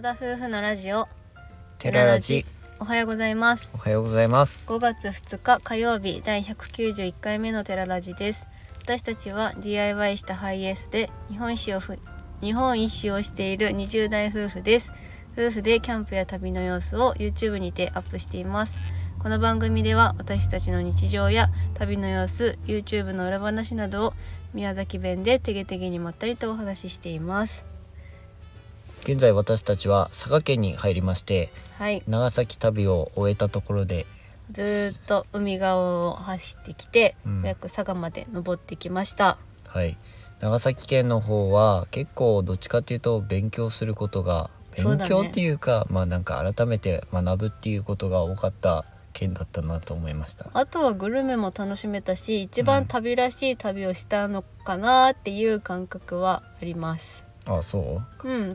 田夫婦のラジオテララジ。 おはようございます。 おはようございます。 5月2日火曜日第191回目のテララジです。私たちは DIY したハイエースで日本一周をしている20代夫婦です。夫婦でキャンプや旅の様子を YouTube にてアップしています。この番組では私たちの日常や旅の様子、 YouTube の裏話などを宮崎弁でてげてげにまったりとお話ししています。 現在私たちは佐賀県に入りまして、 はい、 長崎旅を終えたところでずっと海側を走ってきて、ようやく佐賀まで登ってきました。 はい、長崎県の方は結構どっちかっていうと勉強することが、勉強っていうか、なんか改めて学ぶっていうことが多かった県だったなと思いました。 あとはグルメも楽しめたし、一番旅らしい旅をしたのかなっていう感覚はあります。 あ、そう？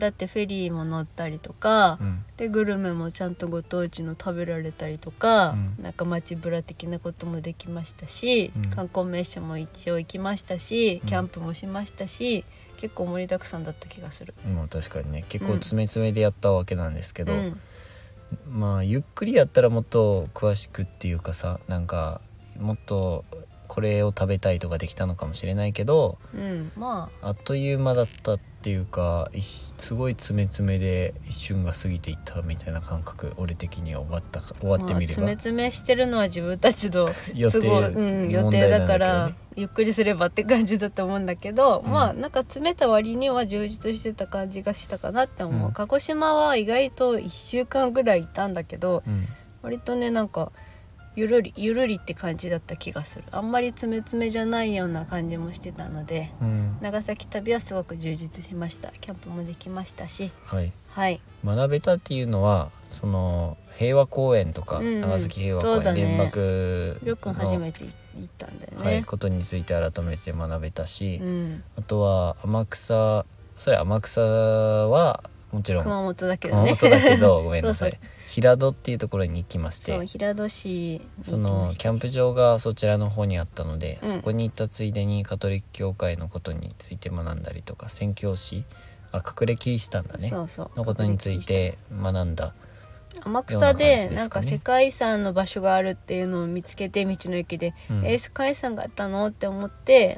だってフェリーも乗ったりとか、でグルメもちゃんとご当地の食べられたりとか、なんか街ブラ的なこともできましたし、観光名所も一応行きましたし、キャンプもしましたし、結構盛りだくさんだった気がする。 確かにね、結構詰め詰めでやったわけなんですけど、ゆっくりやったらもっと詳しくっていうかさ、なんかもっとこれを食べたいとかできたのかもしれないけど、あっという間だったっていうか、すごい詰め詰めで一瞬が過ぎていったみたいな感覚、俺的には終わってみれば、 詰め詰めしてるのは自分たちの予定だから、ゆっくりすればって感じだと思うんだけど、なんか詰めた割には充実してた感じがしたかなって思う。鹿児島は意外と1週間ぐらいいたんだけど、割とね、なんかゆるりって感じだった気がする。あんまり詰め詰めじゃないような感じもしてたので、長崎旅はすごく充実しました。キャンプもできましたし、 学べたっていうのは、その平和公園とか、長崎平和公園、原爆りょうくん初めて行ったんだよね、 ことについて改めて学べたし、あとは天草はもちろん熊本だけどねごめんなさい平戸っていうところに行きまして、 平戸市そのキャンプ場がそちらの方にあったので、そこに行ったついでにカトリック教会のことについて学んだりとか、宣教師隠れキリシタンだねのことについて学んだ。 天草でなんか世界遺産の場所があるっていうのを見つけて、道の駅で、世界遺産があったのって思って、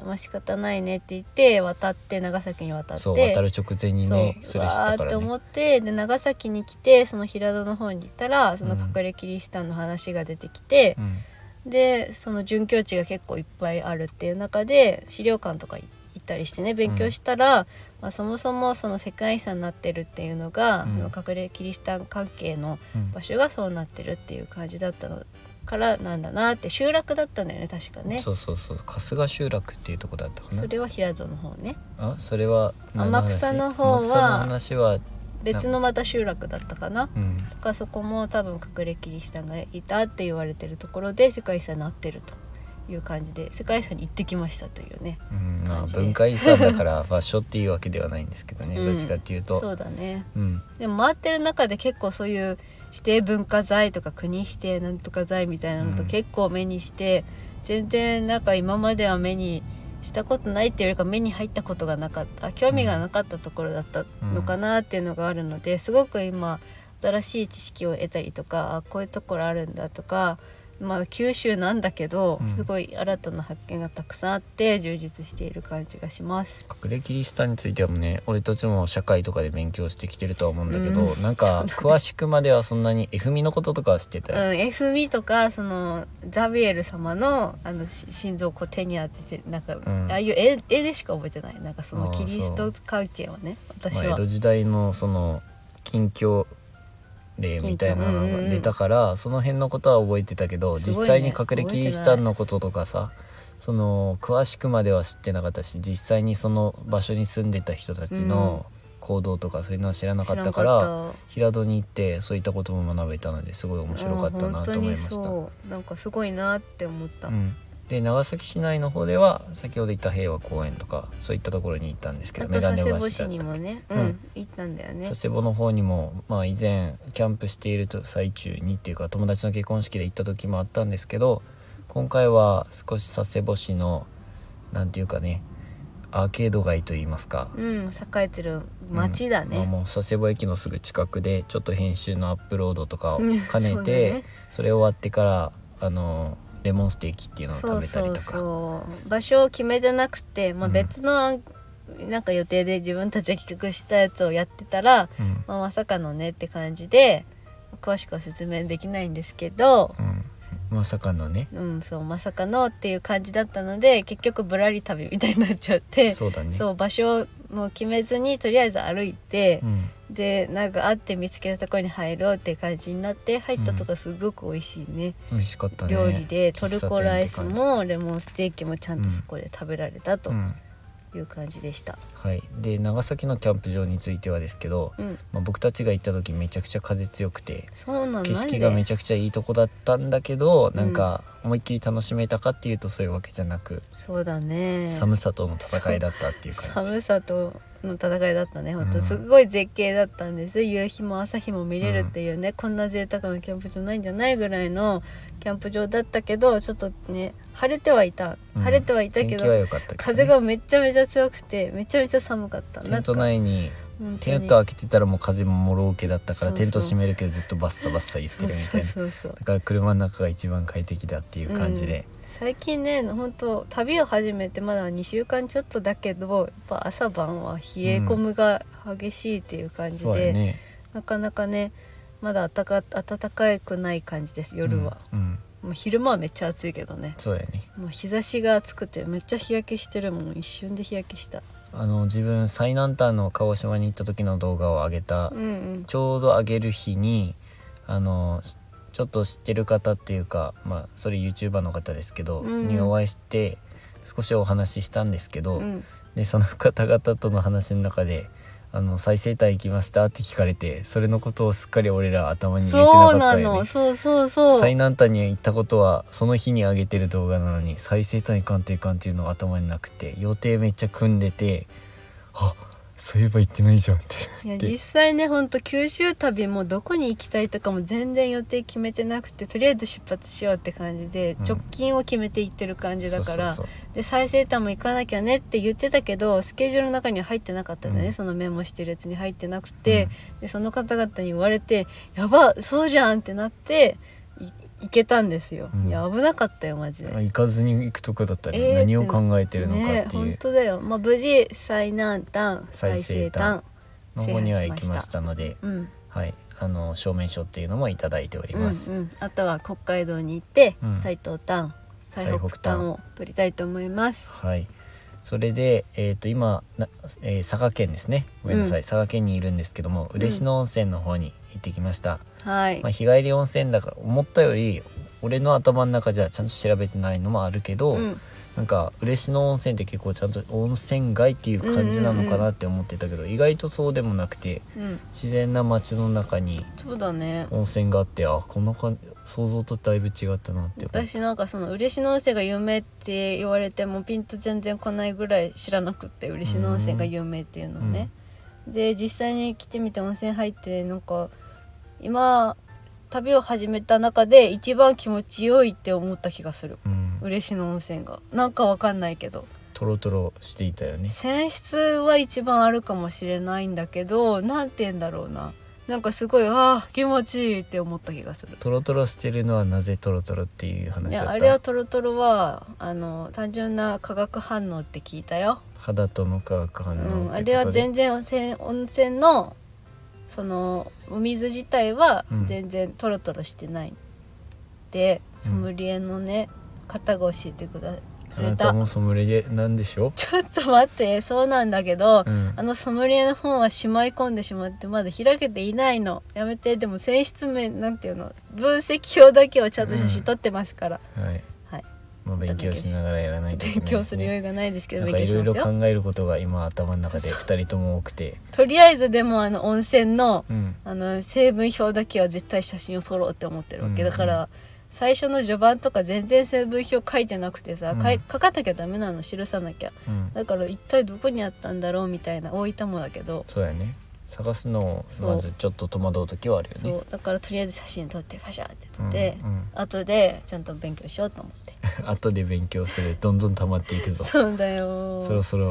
仕方ないねって言って長崎に渡って、 渡る直前にね、それ知ったからねって思って、で長崎に来て、その平戸の方に行ったら、その隠れキリシタンの話が出てきて、でその殉教地が結構いっぱいあるっていう中で、資料館とか行ったりしてね、勉強したら、そもそもその世界遺産になってるっていうのが、隠れキリシタン関係の場所がそうなってるっていう感じだったのからなんだなって。集落だったんだよね、確かね。 そう春日集落っていうとこだったかな。 それは平戸の方ね。 それは天草の方は話は別のまた集落だったかな、とか、そこも多分隠れキリシタンがいたって言われてるところで世界遺産になってるという感じで、世界遺産に行ってきましたというね、 文化遺産だから場所っていうわけではないんですけどね、どっちかっていうとそうだね、でも回ってる中で結構そういう指定文化財とか国指定なんとか財みたいなのと結構目にして、全然なんか今までは目にしたことないっていうよりか、目に入ったことがなかった、興味がなかったところだったのかなっていうのがあるので、すごく今新しい知識を得たりとか、こういうところあるんだとか、九州なんだけど、すごい新たな発見がたくさんあって充実している感じがします。 隠れキリシタンについてはね、俺たちも社会とかで勉強してきてるとは思うんだけど、なんか詳しくまではそんなに F ミのこととかは知ってたよ。 F ミとか、そのザビエル様の心臓をこう手に当てて、なんか、ああいう絵でしか覚えてない。なんかそのキリスト関係はね、私は、 江戸時代のその近況例みたいなのが出たから、その辺のことは覚えてたけど、実際に隠れキリシタンのこととかさ、その詳しくまでは知ってなかったし、実際にその場所に住んでた人たちの行動とかそういうのは知らなかったから、平戸に行ってそういったことも学べたので、すごい面白かったなと思いました。 なんかすごいなって思った。 で長崎市内の方では先ほど言った平和公園とかそういったところに行ったんですけど、 あと佐世保市にもね、行ったんだよね。 佐世保の方にも、以前キャンプしている最中にっていうか、友達の結婚式で行った時もあったんですけど、今回は少し佐世保市のなんていうかね、 アーケード街といいますか、 栄えてる街だね、 もう佐世保駅のすぐ近くでちょっと編集のアップロードとかを兼ねそうて、 ね、 それ終わってからレモンステーキっていうのを食べたりとか。 そう場所を決めてなくて、別のなんか予定で自分たちが企画したやつをやってたら、まさかのねって感じで詳しくは説明できないんですけど、 まさかのね、 そうまさかのっていう感じだったので、結局ぶらり旅みたいになっちゃって、 そうだね、 そう場所も決めずにとりあえず歩いて、でなんか会って見つけたところに入ろうっていう感じになって、入ったとこすごく美味しいね、 美味しかったね。 料理でトルコライスもレモンステーキもちゃんとそこで食べられたという感じでした、 はい。で長崎のキャンプ場についてはですけど、僕たちが行った時めちゃくちゃ風強くて、 そうなの、 景色がめちゃくちゃいいとこだったんだけど、なんか思いっきり楽しめたかっていうとそういうわけじゃなく、 そうだね、 寒さとの戦いだったっていう感じ。 寒さとの戦いだったね。本当すごい絶景だったんです、夕日も朝日も見れるっていうね、こんな贅沢なキャンプ場ないんじゃないぐらいのキャンプ場だったけど、ちょっとね晴れてはいたけど、 天気は良かったけどね、 風がめちゃめちゃ強くてめちゃめちゃ寒かった。 テント内にテント開けてたらもう風ももろ受けだったから、テント閉めるけどずっとバッサバッサ言ってるみたいな。だから車の中が一番快適だっていう感じで、 最近ね本当旅を始めてまだ2週間ちょっとだけど、やっぱ朝晩は冷え込むが激しいっていう感じで、なかなかねまだ暖かくない感じです。夜は、もう昼間はめっちゃ暑いけどね。 そうやね。 もう日差しが暑くてめっちゃ日焼けしてるもん。一瞬で日焼けした。 自分最南端の鹿児島に行った時の動画を上げた、ちょうど上げる日にちょっと知ってる方っていうか、それ YouTuber の方ですけど、にお会いして少しお話ししたんですけど、でその方々との話の中で最西端行きましたって聞かれて、それのことをすっかり俺ら頭に入れてなかったよね。そう最南端に行ったことはその日に上げてる動画なのに、最西端行かんといかんっていうのが頭になくて、予定めっちゃ組んでて、そういえば行ってないじゃんって。 いや実際ね、ほんと九州旅もどこに行きたいとかも全然予定決めてなくて、とりあえず出発しようって感じで、直近を決めて行ってる感じだから、で最西端も行かなきゃねって言ってたけど、スケジュールの中には入ってなかったんだね、そのメモしてるやつに入ってなくて、でその方々に言われて、やばそうじゃんってなって行けたんですよ、いや危なかったよマジで。 行かずに行くとこだったら、何を考えてるのかっていう、 本当だよ。無事最南端最西端の方には行きましたので、証明書っていうのもいただいております、 あとは北海道に行って、最東端最北端を取りたいと思います。 それで、今、佐賀県ですね、ごめんなさい、佐賀県にいるんですけども、嬉野温泉の方に行ってきました。日帰り温泉だから、思ったより俺の頭の中じゃちゃんと調べてないのもあるけど、なんか嬉野温泉って結構ちゃんと温泉街っていう感じなのかなって思ってたけど、意外とそうでもなくて、自然な街の中に温泉があって、こんな感じ、想像とだいぶ違ったなって思って。 私なんかその嬉野温泉が有名って言われてもピンと全然来ないぐらい知らなくって、嬉野温泉が有名っていうのね、で実際に来てみて温泉入って、なんか今旅を始めた中で一番気持ちよいって思った気がする、嬉野温泉が。なんかわかんないけどトロトロしていたよね。 泉質は一番あるかもしれないんだけど、なんて言うんだろうな、なんかすごい気持ちいいって思った気がする。 トロトロしてるのはなぜトロトロっていう話だった？ いやあれはトロトロは単純な化学反応って聞いたよ。 肌との化学反応ってことで、 あれは全然温泉のそのお水自体は全然トロトロしてない、でソムリエのね方が教えてくれた。 あなたもソムリエなんでしょ？ ちょっと待って、そうなんだけど、ソムリエの本はしまい込んでしまってまだ開けていないの。やめて。でも泉質面なんていうの、分析表だけはちゃんと写真撮ってますから、 勉強しながらやらないといけないですね。 勉強する余裕がないですけど、 なんかいろいろ考えることが今頭の中で2人とも多くて、 とりあえずでも温泉の、成分表だけは絶対写真を撮ろうって思ってるわけ、だから最初の序盤とか全然成分表書いてなくてさ、書かなきゃダメなの、記さなきゃ、だから一体どこにあったんだろうみたいな、大分もだけど、 そうやね、探すのをまずちょっと戸惑う時はあるよね。 そうだからとりあえず写真撮ってファシャーって撮って、後でちゃんと勉強しようと思って後で勉強する、どんどん溜まっていくぞ。 そうだよ、 そろそろ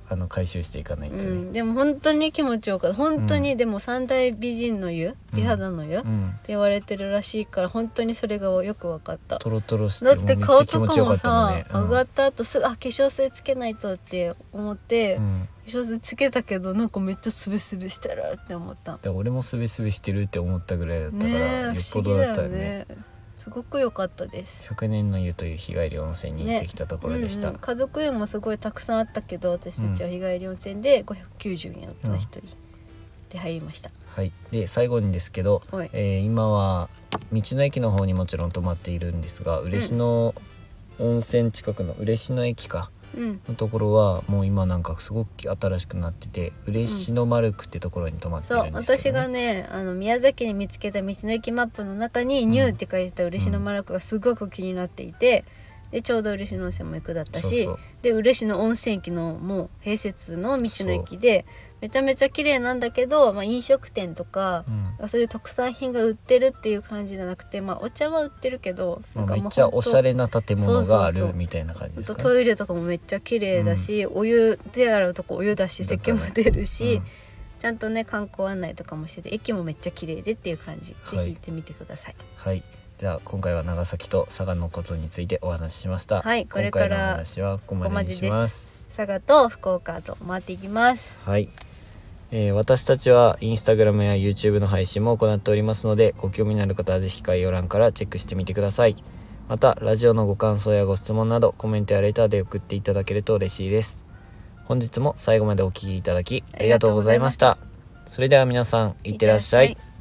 回収していかないとね、 でも本当に気持ちよかった。本当に、でも三大美人の湯、美肌の湯、って言われてるらしいから、本当にそれがよく分かった。 トロトロしてだって顔とかもめっちゃ気持ちよかったもんさ、 ね、 上がった後すぐ化粧水つけないとって思って、化粧水つけたけどなんかめっちゃスベスベしてるって思った。 で俺もスベスベしてるって思ったぐらいだったから、よっぽどだったよね。 すごく良かったです。 100年の湯という日帰り温泉に行ってきたところでした、 家族湯もすごいたくさんあったけど、私たちは日帰り温泉で590円だったな、1人で入りました。 はい。で最後にですけど、今は道の駅の方にもちろん泊まっているんですが、嬉野温泉近くの嬉野駅のところはもう今なんかすごく新しくなってて、嬉野丸区ってところに泊まってるんですけど、ね、 そう、私がね宮崎に見つけた道の駅マップの中にニューって書いてた嬉野丸区がすごく気になっていて、でちょうど嬉野温泉も行くだったし、で嬉野温泉駅のもう併設の道の駅でめちゃめちゃ綺麗なんだけど、飲食店とか、そういう特産品が売ってるっていう感じじゃなくて、お茶は売ってるけど、なんかめっちゃおしゃれな建物があるみたいな感じですかね。 トイレとかもめっちゃ綺麗だし、お湯手洗うとこお湯だし、石鹸も出るし、ちゃんとね観光案内とかもしてて、駅もめっちゃ綺麗でっていう感じ、ぜひ行ってみてください。 はい、じゃあ今回は長崎と佐賀のことについてお話ししました。 はい、これから今回の話はここまでにします。 佐賀と福岡と回っていきます。 はい、私たちはインスタグラムや YouTube の配信も行っておりますので、ご興味のある方はぜひ概要欄からチェックしてみてください。またラジオのご感想やご質問などコメントやレターで送っていただけると嬉しいです。本日も最後までお聞きいただきありがとうございました。それでは皆さんいってらっしゃい。